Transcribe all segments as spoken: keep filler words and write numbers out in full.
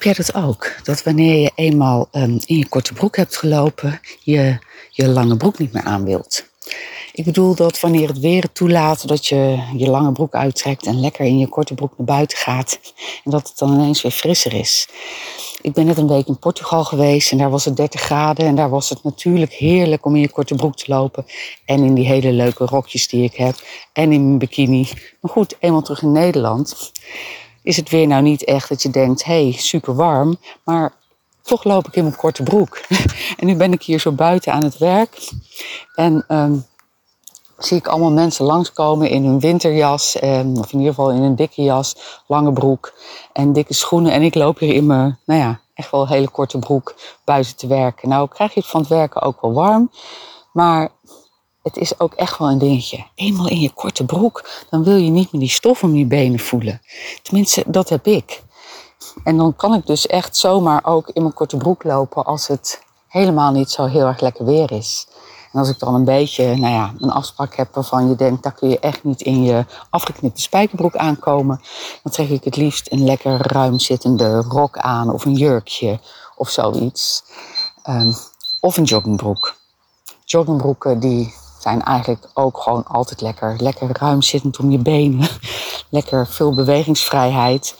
Heb jij dat ook? Dat wanneer je eenmaal um, in je korte broek hebt gelopen, je je lange broek niet meer aan wilt? Ik bedoel dat wanneer het weer het toelaat, dat je je lange broek uittrekt en lekker in je korte broek naar buiten gaat. En dat het dan ineens weer frisser is. Ik ben net een week in Portugal geweest en daar was het dertig graden. En daar was het natuurlijk heerlijk om in je korte broek te lopen. En in die hele leuke rokjes die ik heb. En in mijn bikini. Maar goed, eenmaal terug in Nederland is het weer nou niet echt dat je denkt, hé, hey, super warm. Maar toch loop ik in mijn korte broek. En nu ben ik hier zo buiten aan het werk. En um, zie ik allemaal mensen langskomen in hun winterjas. Um, of in ieder geval in een dikke jas, lange broek en dikke schoenen. En ik loop hier in mijn, nou ja, echt wel een hele korte broek buiten te werken. Nou krijg je het van het werken ook wel warm. Maar het is ook echt wel een dingetje. Eenmaal in je korte broek, dan wil je niet meer die stof om je benen voelen. Tenminste, dat heb ik. En dan kan ik dus echt zomaar ook in mijn korte broek lopen als het helemaal niet zo heel erg lekker weer is. En als ik dan een beetje, nou ja, een afspraak heb waarvan je denkt, daar kun je echt niet in je afgeknipte spijkerbroek aankomen, dan trek ik het liefst een lekker ruim zittende rok aan of een jurkje of zoiets. Um, of een joggingbroek. Joggingbroeken die zijn eigenlijk ook gewoon altijd lekker. Lekker ruim zittend om je benen. Lekker veel bewegingsvrijheid.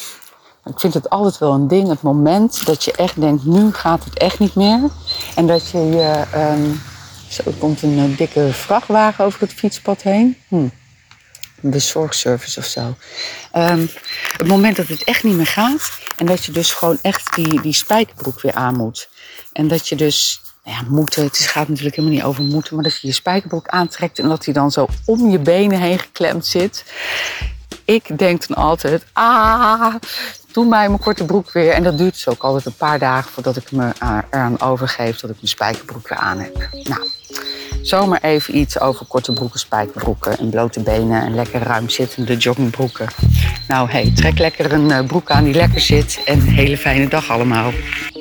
Ik vind het altijd wel een ding, het moment dat je echt denkt, nu gaat het echt niet meer. En dat je je... Um, zo, er komt een uh, dikke vrachtwagen over het fietspad heen. Hm. Een bezorgservice of zo. Um, het moment dat het echt niet meer gaat. En dat je dus gewoon echt die, die spijkerbroek weer aan moet. En dat je dus... Nou ja, moeten, het gaat natuurlijk helemaal niet over moeten. Maar dat je je spijkerbroek aantrekt en dat hij dan zo om je benen heen geklemd zit. Ik denk dan altijd, ah, doe mij mijn korte broek weer. En dat duurt dus ook altijd een paar dagen voordat ik me eraan overgeef dat ik mijn spijkerbroek weer aan heb. Nou, zomaar even iets over korte broeken, spijkerbroeken en blote benen en lekker ruim zittende joggingbroeken. Nou, hey, trek lekker een broek aan die lekker zit en een hele fijne dag allemaal.